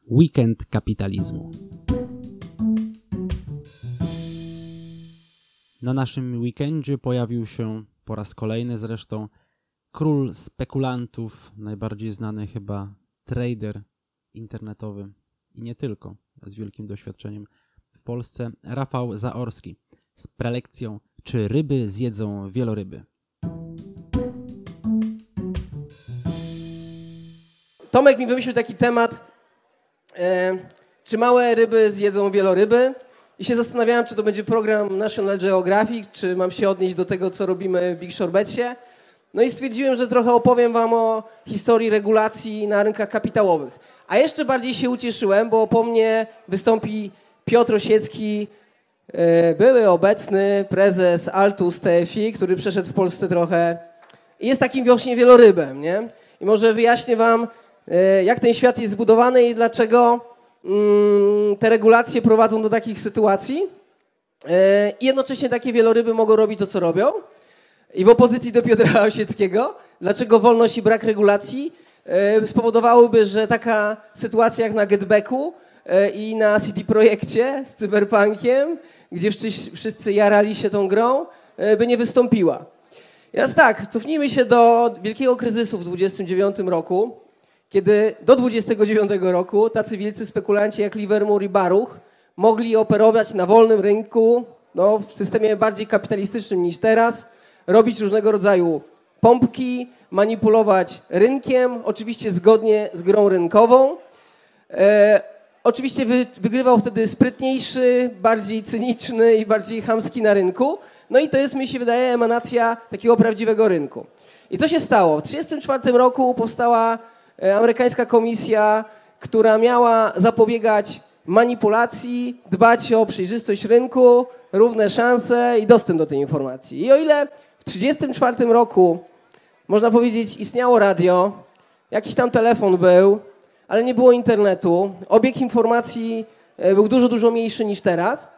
Weekend kapitalizmu. Na naszym weekendzie pojawił się po raz kolejny zresztą król spekulantów, najbardziej znany chyba trader internetowy i nie tylko, z wielkim doświadczeniem w Polsce, Rafał Zaorski z prelekcją Czy ryby zjedzą wieloryby? Tomek mi wymyślił taki temat, czy małe ryby zjedzą wieloryby? I się zastanawiałem, czy to będzie program National Geographic, czy mam się odnieść do tego, co robimy w Big Shorebecie. No i stwierdziłem, że trochę opowiem wam o historii regulacji na rynkach kapitałowych. A jeszcze bardziej się ucieszyłem, bo po mnie wystąpi Piotr Osiecki, były obecny prezes Altus TFI, który przeszedł w Polsce trochę i jest takim właśnie wielorybem, nie? I może wyjaśnię wam, jak ten świat jest zbudowany i dlaczego te regulacje prowadzą do takich sytuacji. I jednocześnie takie wieloryby mogą robić to, co robią. I w opozycji do Piotra Osieckiego, dlaczego wolność i brak regulacji spowodowałyby, że taka sytuacja jak na Getbacku i na CD Projekcie z Cyberpunkiem, gdzie wszyscy jarali się tą grą, by nie wystąpiła. Teraz tak, cofnijmy się do wielkiego kryzysu w 29 roku, kiedy do 29 roku tacy wielcy spekulanci jak Livermore i Baruch mogli operować na wolnym rynku, no, w systemie bardziej kapitalistycznym niż teraz, robić różnego rodzaju pompki, manipulować rynkiem, oczywiście zgodnie z grą rynkową. Oczywiście wygrywał wtedy sprytniejszy, bardziej cyniczny i bardziej chamski na rynku. No i to jest, mi się wydaje, emanacja takiego prawdziwego rynku. I co się stało? W 1934 roku powstała amerykańska komisja, która miała zapobiegać manipulacji, dbać o przejrzystość rynku, równe szanse i dostęp do tej informacji. I o ile w 1934 roku, można powiedzieć, istniało radio, jakiś tam telefon był, ale nie było internetu, obieg informacji był dużo, dużo mniejszy niż teraz,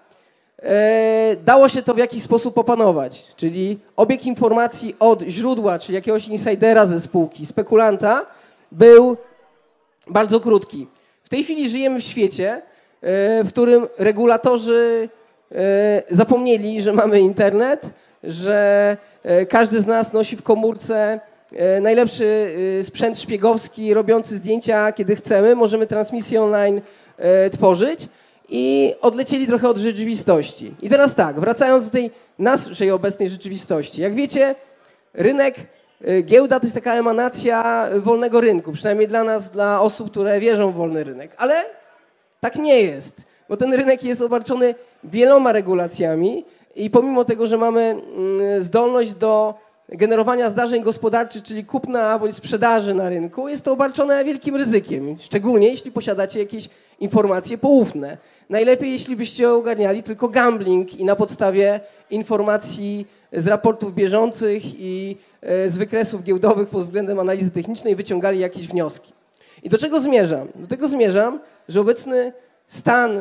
dało się to w jakiś sposób opanować. Czyli obieg informacji od źródła, czyli jakiegoś insidera ze spółki, spekulanta, był bardzo krótki. W tej chwili żyjemy w świecie, w którym regulatorzy zapomnieli, że mamy internet, że każdy z nas nosi w komórce najlepszy sprzęt szpiegowski, robiący zdjęcia, kiedy chcemy. Możemy transmisję online tworzyć i odlecieli trochę od rzeczywistości. I teraz tak, wracając do tej naszej obecnej rzeczywistości. Jak wiecie, rynek, giełda to jest taka emanacja wolnego rynku, przynajmniej dla nas, dla osób, które wierzą w wolny rynek. Ale tak nie jest, bo ten rynek jest obarczony wieloma regulacjami i pomimo tego, że mamy zdolność do generowania zdarzeń gospodarczych, czyli kupna bądź sprzedaży na rynku, jest to obarczone wielkim ryzykiem, szczególnie jeśli posiadacie jakieś informacje poufne. Najlepiej, jeśli byście ogarniali tylko gambling i na podstawie informacji z raportów bieżących i z wykresów giełdowych pod względem analizy technicznej wyciągali jakieś wnioski. I do czego zmierzam? Do tego zmierzam, że obecny stan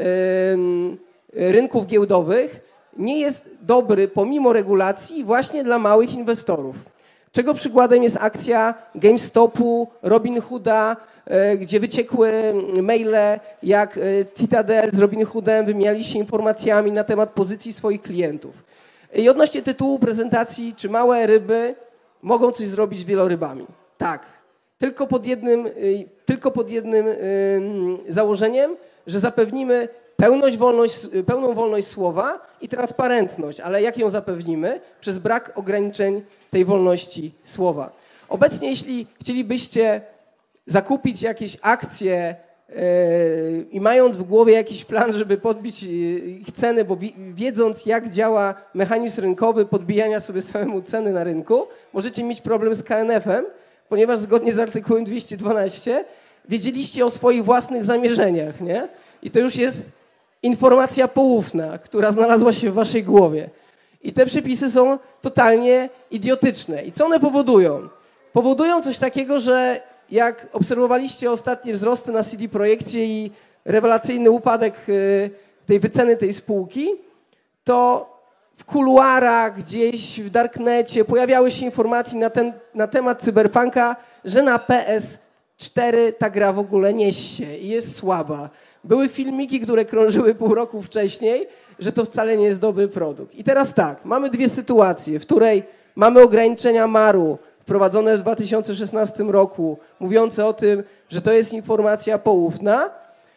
rynków giełdowych nie jest dobry pomimo regulacji właśnie dla małych inwestorów. Czego przykładem jest akcja GameStopu, Robinhooda, gdzie wyciekły maile, jak Citadel z Robinhoodem wymieniali się informacjami na temat pozycji swoich klientów. I odnośnie tytułu prezentacji, czy małe ryby mogą coś zrobić z wielorybami? Tak, tylko pod jednym założeniem, że zapewnimy pełną wolność słowa i transparentność. Ale jak ją zapewnimy? Przez brak ograniczeń tej wolności słowa. Obecnie, jeśli chcielibyście zakupić jakieś akcje i mając w głowie jakiś plan, żeby podbić ich ceny, bo wiedząc, jak działa mechanizm rynkowy podbijania sobie samemu ceny na rynku, możecie mieć problem z KNF-em, ponieważ zgodnie z artykułem 212 wiedzieliście o swoich własnych zamierzeniach, nie? I to już jest informacja poufna, która znalazła się w waszej głowie. I te przepisy są totalnie idiotyczne. I co one powodują? Powodują coś takiego, że jak obserwowaliście ostatnie wzrosty na CD Projekcie i rewelacyjny upadek tej wyceny tej spółki, to w kuluarach, gdzieś w darknecie pojawiały się informacje na temat Cyberpunka, że na PS 4 ta gra w ogóle nie się i jest słaba. Były filmiki, które krążyły pół roku wcześniej, że to wcale nie jest dobry produkt. I teraz tak, mamy dwie sytuacje, w której mamy ograniczenia MAR-u wprowadzone w 2016 roku, mówiące o tym, że to jest informacja poufna.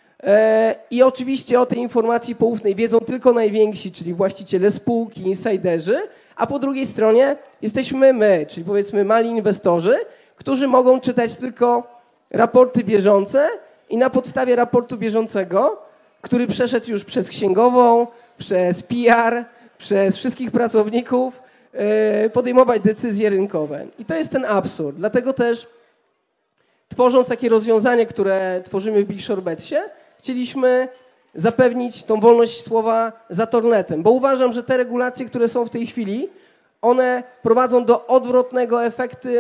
I oczywiście o tej informacji poufnej wiedzą tylko najwięksi, czyli właściciele spółki, insiderzy, a po drugiej stronie jesteśmy my, czyli powiedzmy mali inwestorzy, którzy mogą czytać tylko raporty bieżące i na podstawie raportu bieżącego, który przeszedł już przez księgową, przez PR, przez wszystkich pracowników, podejmować decyzje rynkowe. I to jest ten absurd. Dlatego też tworząc takie rozwiązanie, które tworzymy w Big Short Betsie, chcieliśmy zapewnić tą wolność słowa za Tornetem, bo uważam, że te regulacje, które są w tej chwili, one prowadzą do odwrotnego efektu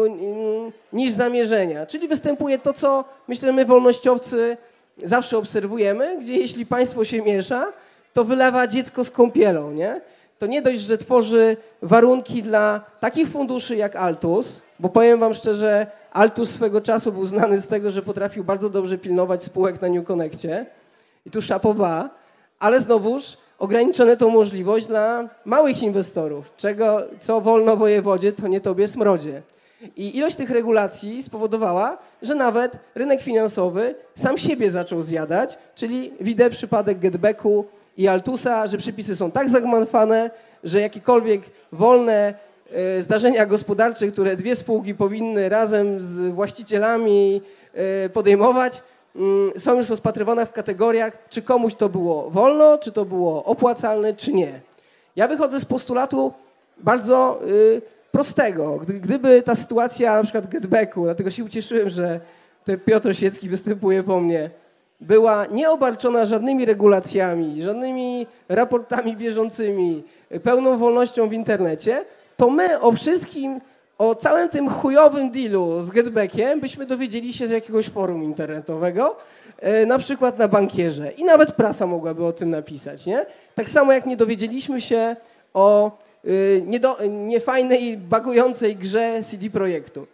niż zamierzenia. Czyli występuje to, co myślę my wolnościowcy zawsze obserwujemy, gdzie jeśli państwo się miesza, to wylewa dziecko z kąpielą, nie? To nie dość, że tworzy warunki dla takich funduszy jak Altus, bo powiem wam szczerze, Altus swego czasu był znany z tego, że potrafił bardzo dobrze pilnować spółek na New Connectie i tu szapowa, ale znowuż ograniczone tą możliwość dla małych inwestorów, co wolno wojewodzie, to nie tobie smrodzie. I ilość tych regulacji spowodowała, że nawet rynek finansowy sam siebie zaczął zjadać, czyli widzę przypadek Getbacku i Altusa, że przepisy są tak zagmatwane, że jakiekolwiek wolne zdarzenia gospodarcze, które dwie spółki powinny razem z właścicielami podejmować, są już rozpatrywane w kategoriach, czy komuś to było wolno, czy to było opłacalne, czy nie. Ja wychodzę z postulatu bardzo prostego. Gdyby ta sytuacja na przykład Getbacku, dlatego się ucieszyłem, że tutaj Piotr Osiecki występuje po mnie, była nieobarczona żadnymi regulacjami, żadnymi raportami bieżącymi, pełną wolnością w internecie, to my o całym tym chujowym dealu z Getbackiem byśmy dowiedzieli się z jakiegoś forum internetowego, na przykład na Bankierze. I nawet prasa mogłaby o tym napisać, nie? Tak samo jak nie dowiedzieliśmy się o niefajnej, bagującej grze CD Projektu.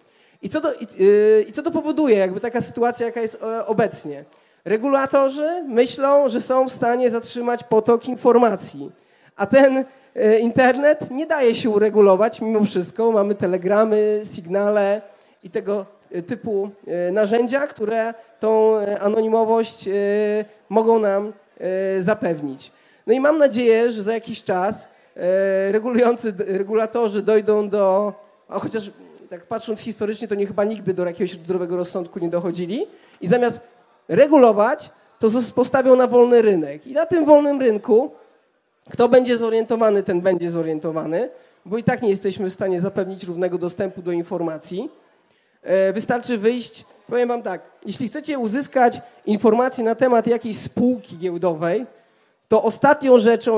I co to powoduje, jakby taka sytuacja, jaka jest obecnie? Regulatorzy myślą, że są w stanie zatrzymać potok informacji, a ten internet nie daje się uregulować mimo wszystko. Mamy telegramy, sygnale i tego typu narzędzia, które tą anonimowość mogą nam zapewnić. No i mam nadzieję, że za jakiś czas regulatorzy dojdą do, a chociaż tak patrząc historycznie, to chyba nigdy do jakiegoś zdrowego rozsądku nie dochodzili i zamiast regulować, to postawią na wolny rynek. I na tym wolnym rynku kto będzie zorientowany, ten będzie zorientowany, bo i tak nie jesteśmy w stanie zapewnić równego dostępu do informacji. Wystarczy wyjść, powiem wam tak, jeśli chcecie uzyskać informacje na temat jakiejś spółki giełdowej, to ostatnią rzeczą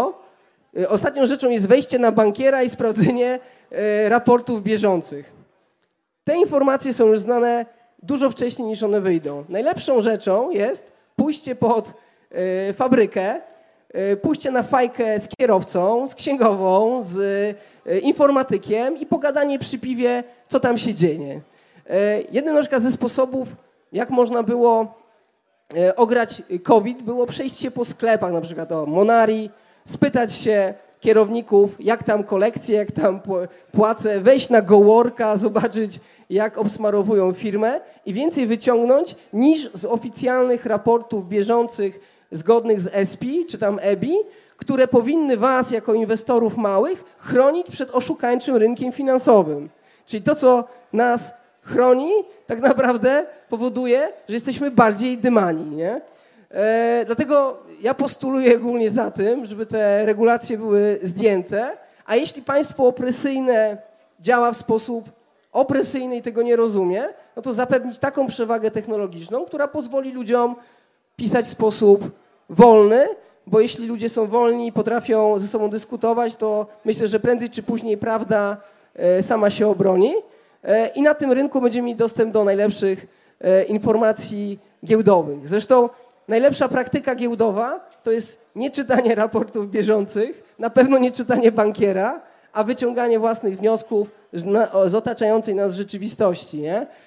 jest wejście na Bankiera i sprawdzenie raportów bieżących. Te informacje są już znane dużo wcześniej niż one wyjdą. Najlepszą rzeczą jest pójście pod fabrykę, pójście na fajkę z kierowcą, z księgową, z informatykiem i pogadanie przy piwie, co tam się dzieje. Jednym na przykład ze sposobów, jak można było ograć COVID, było przejście po sklepach, na przykład o Monari, spytać się kierowników, jak tam kolekcje, jak tam płacę, wejść na GoWorka, zobaczyć, jak obsmarowują firmę i więcej wyciągnąć niż z oficjalnych raportów bieżących zgodnych z ESPI czy tam EBI, które powinny was jako inwestorów małych chronić przed oszukańczym rynkiem finansowym. Czyli to, co nas chroni, tak naprawdę powoduje, że jesteśmy bardziej dymani, nie? Dlatego ja postuluję ogólnie za tym, żeby te regulacje były zdjęte, a jeśli państwo opresyjne działa w sposób opresyjny i tego nie rozumie, no to zapewnić taką przewagę technologiczną, która pozwoli ludziom pisać w sposób wolny, bo jeśli ludzie są wolni i potrafią ze sobą dyskutować, to myślę, że prędzej czy później prawda sama się obroni i na tym rynku będziemy mieli dostęp do najlepszych informacji giełdowych. Zresztą najlepsza praktyka giełdowa to jest nie czytanie raportów bieżących, na pewno nie czytanie Bankiera, a wyciąganie własnych wniosków z otaczającej nas rzeczywistości, nie?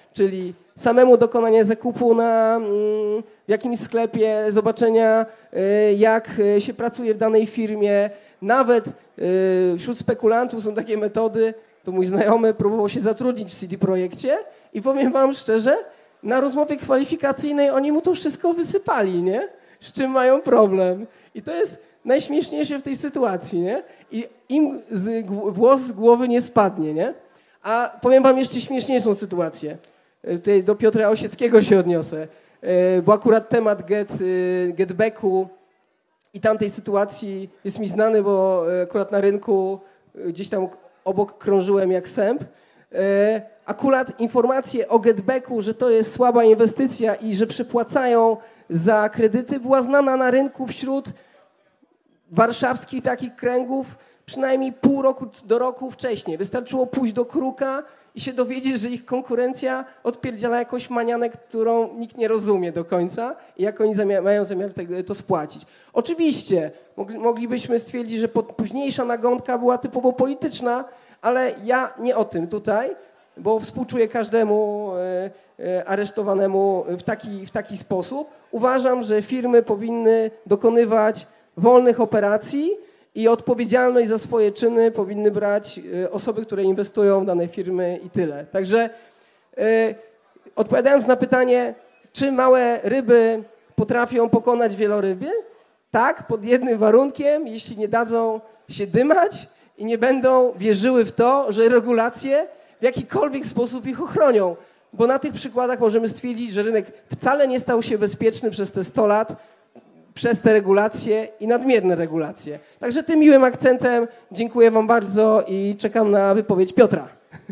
Czyli samemu dokonanie zakupu w jakimś sklepie, zobaczenia jak się pracuje w danej firmie. Nawet wśród spekulantów są takie metody, to mój znajomy próbował się zatrudnić w CD Projekcie i powiem wam szczerze, na rozmowie kwalifikacyjnej oni mu to wszystko wysypali, nie? Z czym mają problem. I to jest najśmieszniejsze w tej sytuacji, nie? I im włos z głowy nie spadnie, nie? A powiem wam jeszcze śmieszniejszą sytuację. Tutaj do Piotra Osieckiego się odniosę, bo akurat temat getbacku i tamtej sytuacji jest mi znany, bo akurat na rynku gdzieś tam obok krążyłem jak sęp. Akurat informacje o getbacku, że to jest słaba inwestycja i że przepłacają za kredyty, była znana na rynku wśród warszawskich takich kręgów przynajmniej pół roku do roku wcześniej. Wystarczyło pójść do Kruka i się dowiedzieć, że ich konkurencja odpierdziela jakąś manianę, którą nikt nie rozumie do końca i jak oni mają zamiar to spłacić. Oczywiście moglibyśmy stwierdzić, że późniejsza nagonka była typowo polityczna, ale ja nie o tym tutaj, bo współczuję każdemu aresztowanemu w taki sposób. Uważam, że firmy powinny dokonywać wolnych operacji i odpowiedzialność za swoje czyny powinny brać osoby, które inwestują w dane firmy i tyle. Także odpowiadając na pytanie, czy małe ryby potrafią pokonać wieloryby? Tak, pod jednym warunkiem, jeśli nie dadzą się dymać i nie będą wierzyły w to, że regulacje w jakikolwiek sposób ich ochronią. Bo na tych przykładach możemy stwierdzić, że rynek wcale nie stał się bezpieczny przez te 100 lat, przez te regulacje i nadmierne regulacje. Także tym miłym akcentem dziękuję wam bardzo i czekam na wypowiedź Piotra.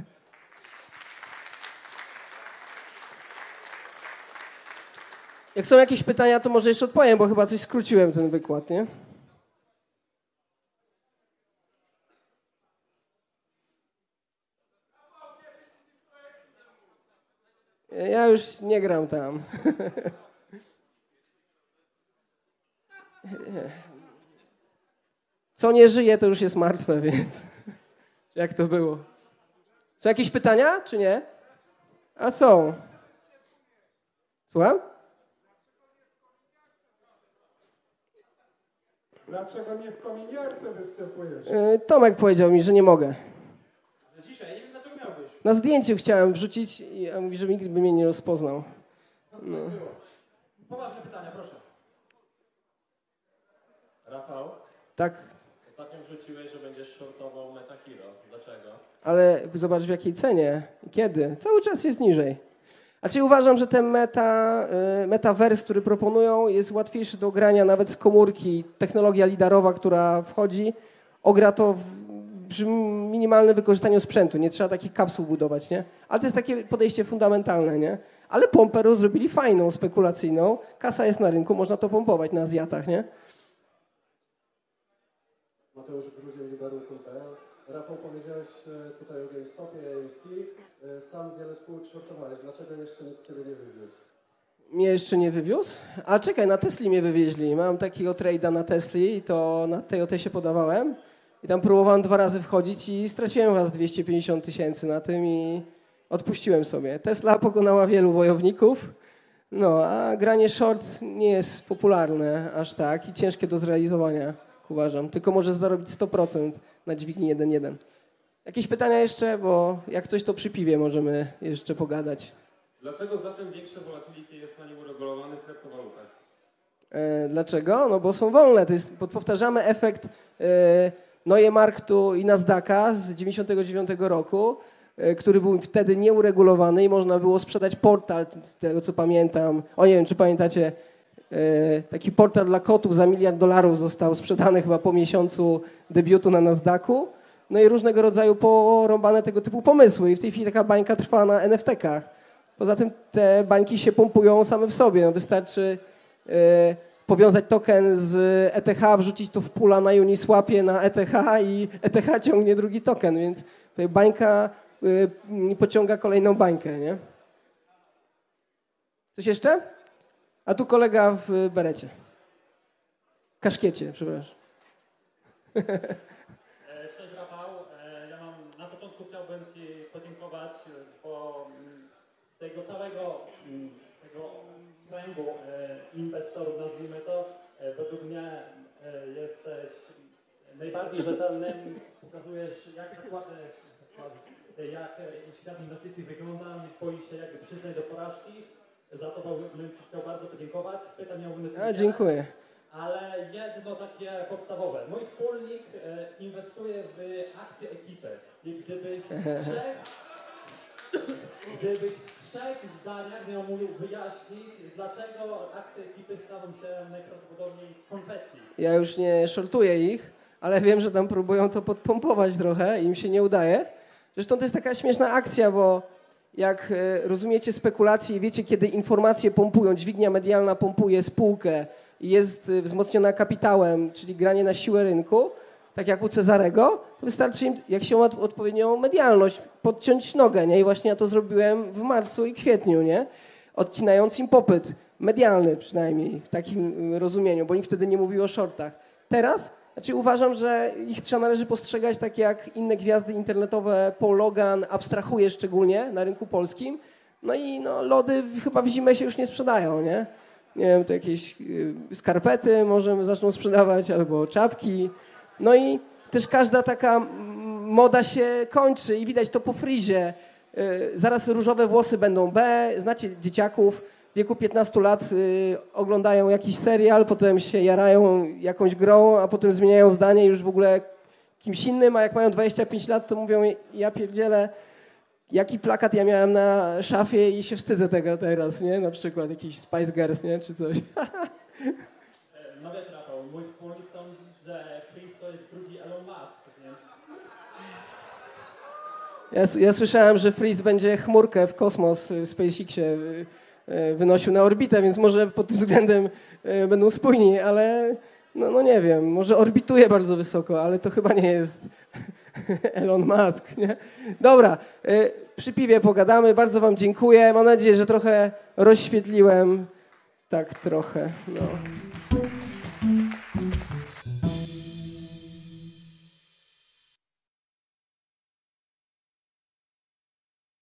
Jak są jakieś pytania, to może jeszcze odpowiem, bo chyba coś skróciłem ten wykład, nie? Ja już nie gram tam. Co nie żyje, to już jest martwe, więc jak to było? Są jakieś pytania, czy nie? A są. Słucham? Dlaczego nie w kominiarce występujesz? Tomek powiedział mi, że nie mogę. Dzisiaj? Nie wiem, dlaczego miałbyś. Na zdjęciu chciałem wrzucić, a mówi, że nikt by mnie nie rozpoznał. No. Poważne pytania, proszę. Rafał, Tak, ostatnio wrzuciłeś, że będziesz shortował MetaHero. Dlaczego? ale zobacz w jakiej cenie i kiedy. Cały czas jest niżej. Znaczy uważam, że ten metaverse, który proponują, jest łatwiejszy do grania nawet z komórki. Technologia lidarowa, która wchodzi, ogra to przy minimalnym wykorzystaniu sprzętu. Nie trzeba takich kapsuł budować, nie? Ale to jest takie podejście fundamentalne, nie? Ale Pomperu zrobili fajną, spekulacyjną. Kasa jest na rynku, można to pompować na Azjatach, nie? Mateusz Grudzień, Liberum.pl. Rafał, powiedziałeś tutaj o GameStopie, AMC. Sam wiele spółek shortowałeś. Dlaczego jeszcze nikt Ciebie nie wywiózł? Mnie jeszcze nie wywiózł? A czekaj, na Tesli mnie wywieźli. Mam takiego trade'a na Tesli i to na TJT się podawałem. I tam próbowałem 2 razy wchodzić i straciłem was 250 000 na tym i odpuściłem sobie. Tesla pokonała wielu wojowników, no a granie short nie jest popularne aż tak i ciężkie do zrealizowania, uważam. Tylko możesz zarobić 100% na dźwigni 1.1. Jakieś pytania jeszcze? Bo jak coś to przy piwie możemy jeszcze pogadać. Dlaczego zatem większe volatility jest na nieuregulowanych kryptowalutach? Dlaczego? No bo są wolne. To jest, powtarzamy efekt Neue Marktu i Nasdaqa z 1999 roku, który był wtedy nieuregulowany i można było sprzedać portal, tego co pamiętam. O nie wiem, czy pamiętacie, taki portal dla kotów za $1 miliard został sprzedany chyba po miesiącu debiutu na Nasdaqu. No i różnego rodzaju porąbane tego typu pomysły. I w tej chwili taka bańka trwa na NFT-kach. Poza tym te bańki się pompują same w sobie. No wystarczy powiązać token z ETH, wrzucić to w pula na Uniswapie na ETH i ETH ciągnie drugi token, więc bańka pociąga kolejną bańkę, nie? Coś jeszcze? A tu kolega w berecie. Kaszkiecie, przepraszam. Cześć Rafał, na początku chciałbym Ci podziękować, bo z tego całego tego kręgu inwestorów, nazwijmy to, według mnie jesteś najbardziej rzetelnym, pokazujesz jak świat inwestycji wygląda, nie boisz się jakby przyznać do porażki. Za to bym chciał bardzo podziękować. Pytań miałbym dziękuję. Ale jedno takie podstawowe. Mój wspólnik inwestuje w akcje ekipy. I gdybyś w trzech zdaniach miał mu wyjaśnić, dlaczego akcje ekipy staną się najprawdopodobniej konfetti. Ja już nie shortuję ich, ale wiem, że tam próbują to podpompować trochę i im się nie udaje. Zresztą to jest taka śmieszna akcja, bo jak rozumiecie spekulacje i wiecie, kiedy informacje pompują, dźwignia medialna pompuje spółkę i jest wzmocniona kapitałem, czyli granie na siłę rynku, tak jak u Cezarego, to wystarczy im, jak się ma odpowiednią medialność, podciąć nogę, nie? I właśnie ja to zrobiłem w marcu i kwietniu, nie? Odcinając im popyt, medialny przynajmniej, w takim rozumieniu, bo nikt wtedy nie mówił o shortach. Teraz, uważam, że ich należy postrzegać tak jak inne gwiazdy internetowe, Paul Logan, abstrahuje szczególnie na rynku polskim, no i lody chyba w zimę się już nie sprzedają, nie? Nie wiem, to jakieś skarpety może zaczną sprzedawać, albo czapki. No i też każda taka moda się kończy i widać to po frizie. Zaraz różowe włosy będą znacie dzieciaków w wieku 15 lat oglądają jakiś serial, potem się jarają jakąś grą, a potem zmieniają zdanie już w ogóle kimś innym, a jak mają 25 lat, to mówią, ja pierdzielę, jaki plakat ja miałem na szafie i się wstydzę tego teraz, nie? Na przykład jakiś Spice Girls, nie? Czy coś. No wiesz, Rafał, mój wspólnik sądzi, że Freeze to jest drugi Elon Musk, więc... Ja słyszałem, że Freeze będzie chmurkę w kosmos w SpaceXie wynosił na orbitę, więc może pod tym względem będą spójni, ale no nie wiem, może orbituje bardzo wysoko, ale to chyba nie jest Elon Musk, nie? Dobra, przy piwie pogadamy, bardzo wam dziękuję, mam nadzieję, że trochę rozświetliłem, tak trochę, no.